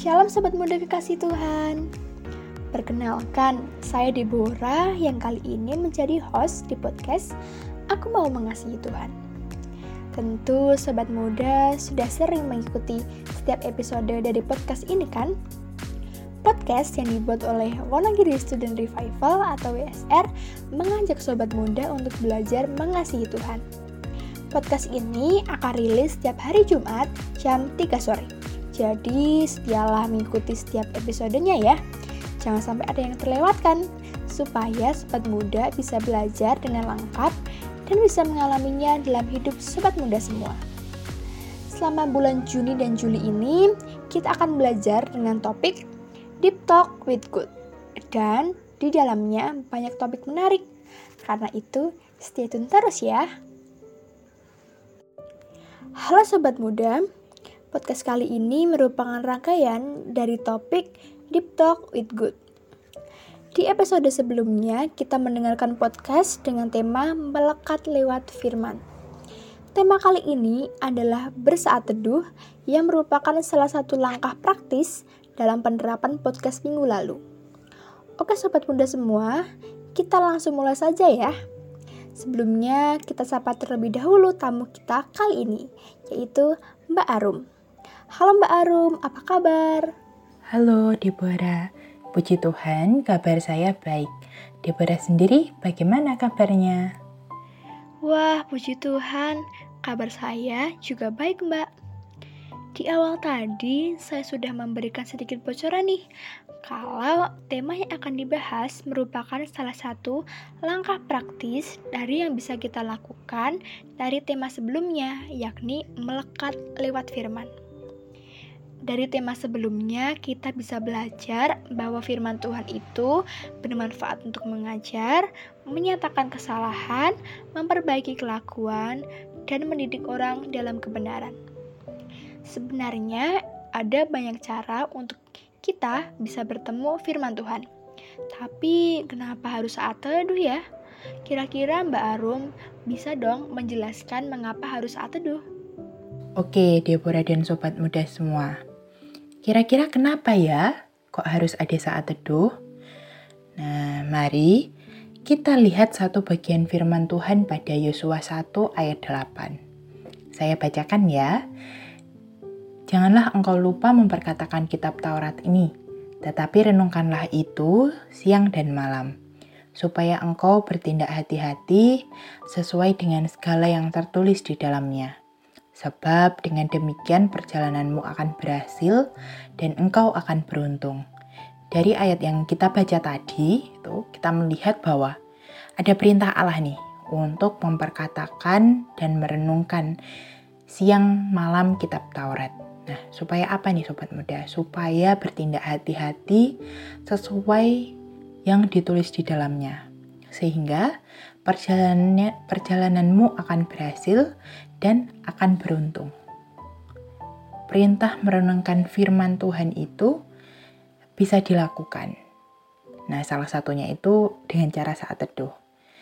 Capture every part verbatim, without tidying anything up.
Shalom Sobat Muda Kekasih Tuhan. Perkenalkan, saya Deborah yang kali ini menjadi host di podcast Aku Mau Mengasihi Tuhan. Tentu Sobat Muda sudah sering mengikuti setiap episode dari podcast ini kan? Podcast yang dibuat oleh Wonogiri Student Revival atau W S R mengajak Sobat Muda untuk belajar mengasihi Tuhan. Podcast ini akan rilis setiap hari Jumat jam tiga sore. Jadi setialah mengikuti setiap episodenya ya. Jangan sampai ada yang terlewatkan, supaya Sobat Muda bisa belajar dengan lengkap dan bisa mengalaminya dalam hidup Sobat Muda semua. Selama bulan Juni dan Juli ini, kita akan belajar dengan topik Deep Talk with God. Dan di dalamnya banyak topik menarik. Karena itu, stay tune terus ya. Halo Sobat Muda, podcast kali ini merupakan rangkaian dari topik Deep Talk with God. Di episode sebelumnya, kita mendengarkan podcast dengan tema Melekat Lewat Firman. Tema kali ini adalah bersaat teduh yang merupakan salah satu langkah praktis dalam penerapan podcast minggu lalu. Oke Sobat Muda semua, kita langsung mulai saja ya. Sebelumnya, kita sapa terlebih dahulu tamu kita kali ini, yaitu Mbak Arum. Halo Mbak Arum, apa kabar? Halo Deborah, puji Tuhan kabar saya baik. Deborah sendiri bagaimana kabarnya? Wah, puji Tuhan, kabar saya juga baik Mbak. Di awal tadi, saya sudah memberikan sedikit bocoran nih, kalau tema yang akan dibahas merupakan salah satu langkah praktis dari yang bisa kita lakukan dari tema sebelumnya, yakni melekat lewat firman. Dari tema sebelumnya, kita bisa belajar bahwa firman Tuhan itu bermanfaat untuk mengajar, menyatakan kesalahan, memperbaiki kelakuan, dan mendidik orang dalam kebenaran. Sebenarnya ada banyak cara untuk kita bisa bertemu firman Tuhan. Tapi kenapa harus saat teduh ya? Kira-kira Mbak Arum bisa dong menjelaskan mengapa harus saat teduh? Oke Deborah dan Sobat Muda semua. Kira-kira kenapa ya kok harus ada saat teduh? Nah, mari kita lihat satu bagian firman Tuhan pada Yosua satu ayat delapan. Saya bacakan ya. Janganlah engkau lupa memperkatakan kitab Taurat ini, tetapi renungkanlah itu siang dan malam, supaya engkau bertindak hati-hati sesuai dengan segala yang tertulis di dalamnya. Sebab dengan demikian perjalananmu akan berhasil dan engkau akan beruntung. Dari ayat yang kita baca tadi, itu kita melihat bahwa ada perintah Allah nih untuk memperkatakan dan merenungkan siang malam kitab Taurat. Nah, supaya apa nih Sobat Muda? Supaya bertindak hati-hati sesuai yang ditulis di dalamnya. Sehingga perjalanannya, perjalananmu akan berhasil dan akan beruntung. Perintah merenungkan firman Tuhan itu bisa dilakukan. Nah, salah satunya itu dengan cara saat teduh.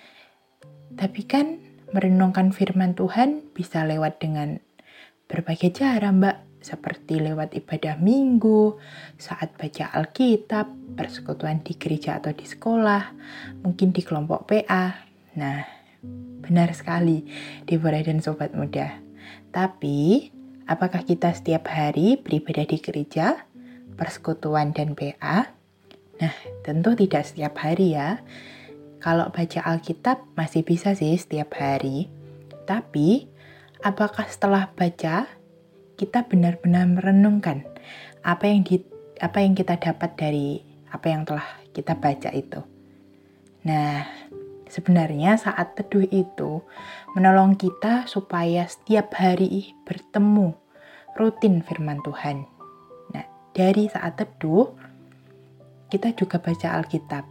Tapi kan merenungkan firman Tuhan bisa lewat dengan berbagai cara, Mbak. Seperti lewat ibadah minggu, saat baca Alkitab, persekutuan di gereja atau di sekolah, mungkin di kelompok P A. Nah, benar sekali, Deborah dan Sobat Muda. Tapi, apakah kita setiap hari beribadah di gereja, persekutuan dan P A? Nah, tentu tidak setiap hari ya. Kalau baca Alkitab masih bisa sih setiap hari. Tapi, apakah setelah baca kita benar-benar merenungkan apa yang di, apa yang kita dapat dari apa yang telah kita baca itu. Nah, sebenarnya saat teduh itu menolong kita supaya setiap hari bertemu rutin firman Tuhan. Nah, dari saat teduh kita juga baca Alkitab.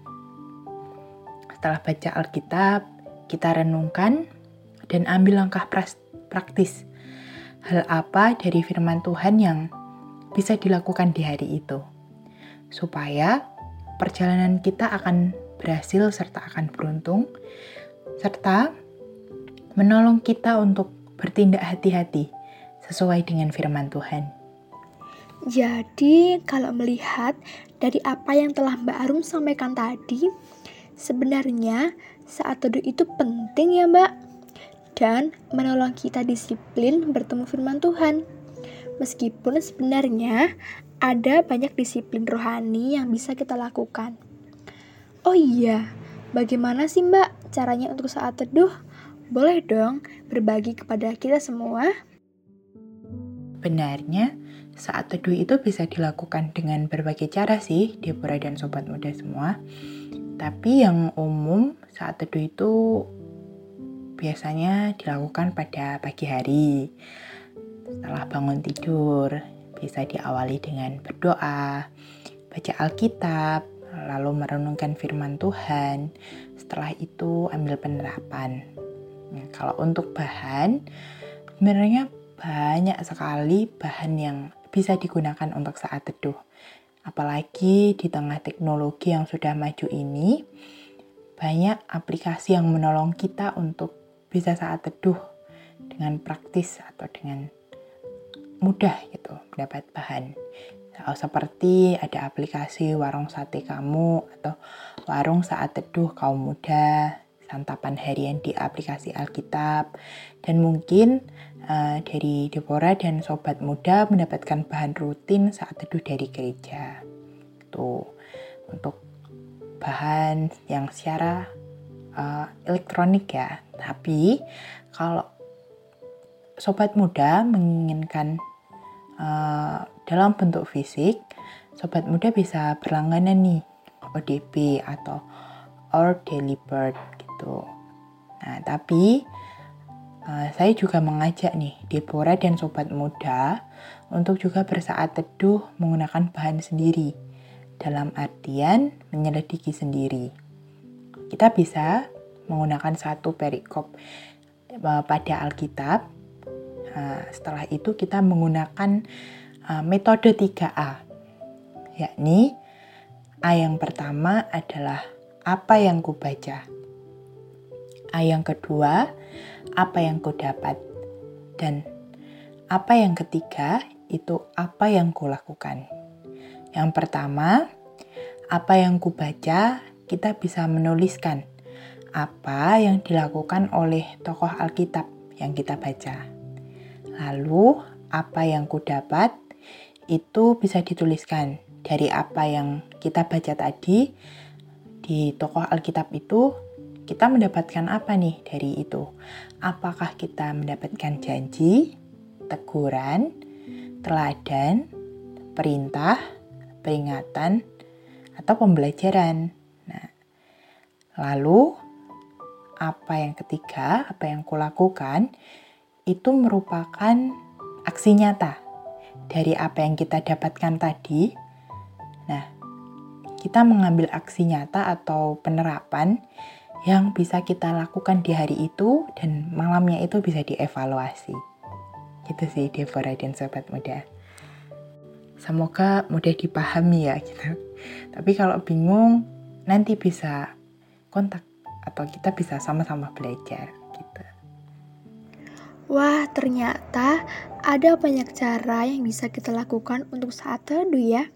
Setelah baca Alkitab, kita renungkan dan ambil langkah praktis. Hal apa dari firman Tuhan yang bisa dilakukan di hari itu, supaya perjalanan kita akan berhasil serta akan beruntung, serta menolong kita untuk bertindak hati-hati sesuai dengan firman Tuhan. Jadi, kalau melihat dari apa yang telah Mbak Arum sampaikan tadi, sebenarnya saat teduh itu penting ya Mbak, dan menolong kita disiplin bertemu firman Tuhan. Meskipun sebenarnya ada banyak disiplin rohani yang bisa kita lakukan. Oh iya, bagaimana sih Mbak caranya untuk saat teduh? Boleh dong berbagi kepada kita semua? Benarnya, saat teduh itu bisa dilakukan dengan berbagai cara sih, Deborah dan sobat muda semua. Tapi yang umum saat teduh itu biasanya dilakukan pada pagi hari. Setelah bangun tidur, bisa diawali dengan berdoa, baca Alkitab, lalu merenungkan firman Tuhan. Setelah itu ambil penerapan. Nah, kalau untuk bahan, sebenarnya banyak sekali bahan yang bisa digunakan untuk saat teduh. Apalagi di tengah teknologi yang sudah maju ini, banyak aplikasi yang menolong kita untuk bisa saat teduh dengan praktis atau dengan mudah gitu mendapat bahan. Seperti ada aplikasi Warung Sate Kamu atau Warung Saat Teduh Kaum Muda, santapan harian di aplikasi Alkitab, dan mungkin uh, dari Deborah dan sobat muda mendapatkan bahan rutin saat teduh dari gereja. Tuh, untuk bahan yang secara uh, elektronik ya. Tapi kalau sobat muda menginginkan uh, dalam bentuk fisik, sobat muda bisa berlangganan nih O D B atau Our Daily Bird gitu. Nah, tapi uh, saya juga mengajak nih Deborah dan sobat muda untuk juga bersaat teduh menggunakan bahan sendiri, dalam artian menyelidiki sendiri. Kita bisa menggunakan satu perikop uh, pada Alkitab. Uh, setelah itu kita menggunakan uh, metode tiga A, yakni A yang pertama adalah apa yang kubaca. A yang kedua, apa yang kudapat. Dan apa yang ketiga, itu apa yang kulakukan. Yang pertama, apa yang kubaca, kita bisa menuliskan apa yang dilakukan oleh tokoh Alkitab yang kita baca. Lalu, apa yang kudapat, itu bisa dituliskan dari apa yang kita baca tadi. Di tokoh Alkitab itu, kita mendapatkan apa nih dari itu? Apakah kita mendapatkan janji, teguran, teladan, perintah, peringatan, atau pembelajaran? Nah, lalu, apa yang ketiga, apa yang kulakukan, itu merupakan aksi nyata dari apa yang kita dapatkan tadi. Nah, kita mengambil aksi nyata atau penerapan yang bisa kita lakukan di hari itu dan malamnya itu bisa dievaluasi. Gitu sih Deborah dan sobat muda. Semoga mudah dipahami ya gitu. Tapi kalau bingung nanti bisa kontak atau kita bisa sama-sama belajar gitu. Wah, ternyata ada banyak cara yang bisa kita lakukan untuk saat teduh ya.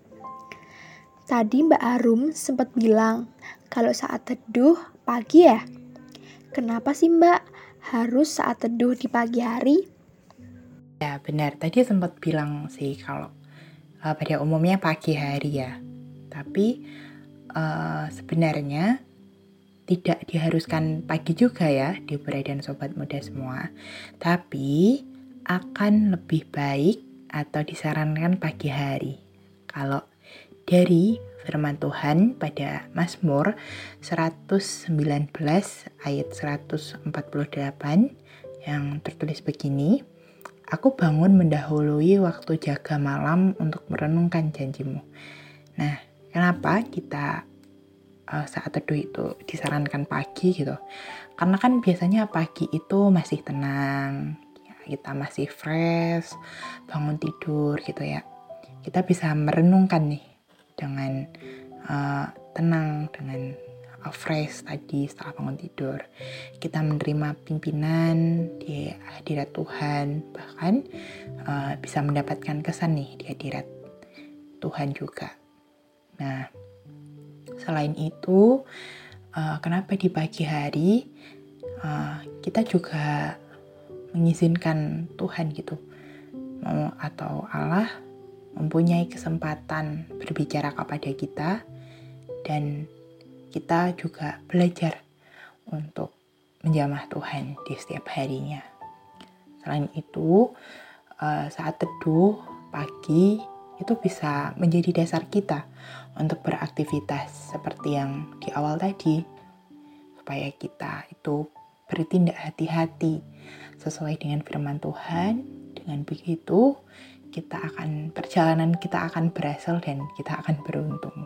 Tadi Mbak Arum sempat bilang kalau saat teduh pagi ya. Kenapa sih Mbak harus saat teduh di pagi hari? Ya benar, tadi sempat bilang sih kalau uh, pada umumnya pagi hari ya. Tapi uh, sebenarnya tidak diharuskan pagi juga ya, Deborah dan sobat muda semua. Tapi akan lebih baik atau disarankan pagi hari. Kalau dari firman Tuhan pada Mazmur seratus sembilan belas ayat seratus empat puluh delapan yang tertulis begini, aku bangun mendahului waktu jaga malam untuk merenungkan janjimu. Nah, kenapa kita uh, saat teduh itu disarankan pagi gitu? Karena kan biasanya pagi itu masih tenang, ya, kita masih fresh, bangun tidur gitu ya. Kita bisa merenungkan nih dengan uh, tenang, dengan uh, fresh tadi setelah bangun tidur. Kita menerima pimpinan di hadirat Tuhan, bahkan uh, bisa mendapatkan kesan nih di hadirat Tuhan juga. Nah, selain itu, uh, kenapa di pagi hari uh, kita juga mengizinkan Tuhan gitu, atau Allah mempunyai kesempatan berbicara kepada kita, dan kita juga belajar untuk menjamah Tuhan di setiap harinya. Selain itu, saat teduh pagi itu bisa menjadi dasar kita untuk beraktivitas seperti yang di awal tadi, supaya kita itu bertindak hati-hati sesuai dengan firman Tuhan. Dengan begitu, kita akan perjalanan kita akan berhasil dan kita akan beruntung.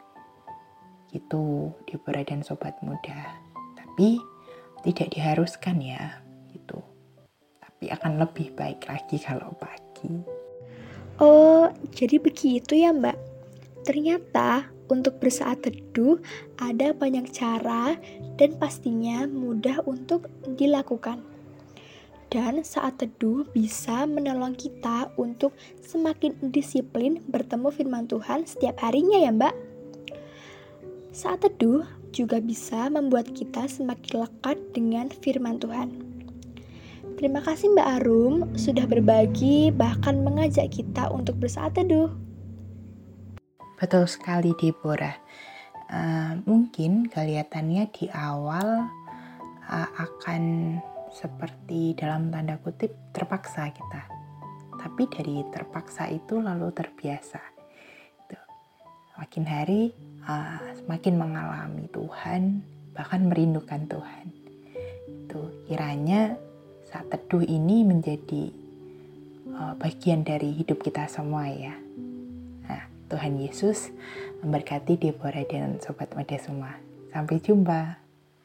Gitu, Deborah dan sobat muda. Tapi tidak diharuskan ya, gitu. Tapi akan lebih baik lagi kalau pagi. Oh, jadi begitu ya Mbak. Ternyata untuk bersaat teduh ada banyak cara dan pastinya mudah untuk dilakukan. Dan saat teduh bisa menolong kita untuk semakin disiplin bertemu firman Tuhan setiap harinya ya Mbak. Saat teduh juga bisa membuat kita semakin lekat dengan firman Tuhan. Terima kasih Mbak Arum sudah berbagi bahkan mengajak kita untuk bersaat teduh. Betul sekali Deborah. Uh, mungkin kelihatannya di awal uh, akan seperti dalam tanda kutip terpaksa kita. Tapi dari terpaksa itu lalu terbiasa. Tuh. Makin hari uh, semakin mengalami Tuhan, bahkan merindukan Tuhan. Itu kiranya saat teduh ini menjadi uh, bagian dari hidup kita semua ya. Nah, Tuhan Yesus memberkati Deborah dan sobat muda semua. Sampai jumpa.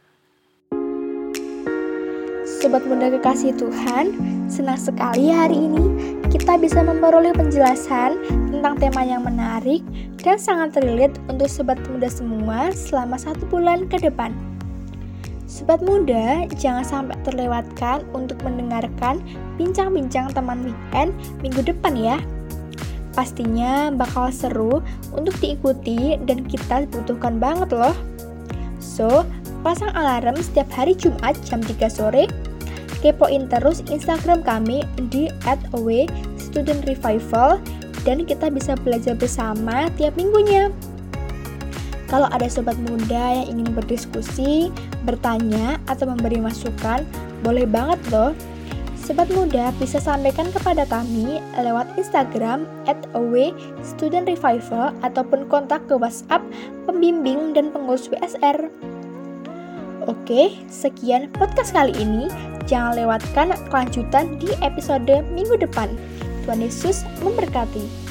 Sobat muda kekasih Tuhan, senang sekali hari ini kita bisa memperoleh penjelasan tentang tema yang menarik dan sangat relate untuk sobat muda semua selama satu bulan ke depan. Sobat muda, jangan sampai terlewatkan untuk mendengarkan bincang-bincang teman weekend minggu depan ya. Pastinya bakal seru untuk diikuti dan kita butuhkan banget loh. So, pasang alarm setiap hari Jumat jam tiga sore. Kepoin terus Instagram kami di at a w student revival dan kita bisa belajar bersama tiap minggunya. Kalau ada sobat muda yang ingin berdiskusi, bertanya, atau memberi masukan, boleh banget loh. Sobat muda bisa sampaikan kepada kami lewat Instagram at a w student revival ataupun kontak ke WhatsApp pembimbing dan pengurus W S R. Oke, sekian podcast kali ini. Jangan lewatkan kelanjutan di episode minggu depan. Tuhan Yesus memberkati.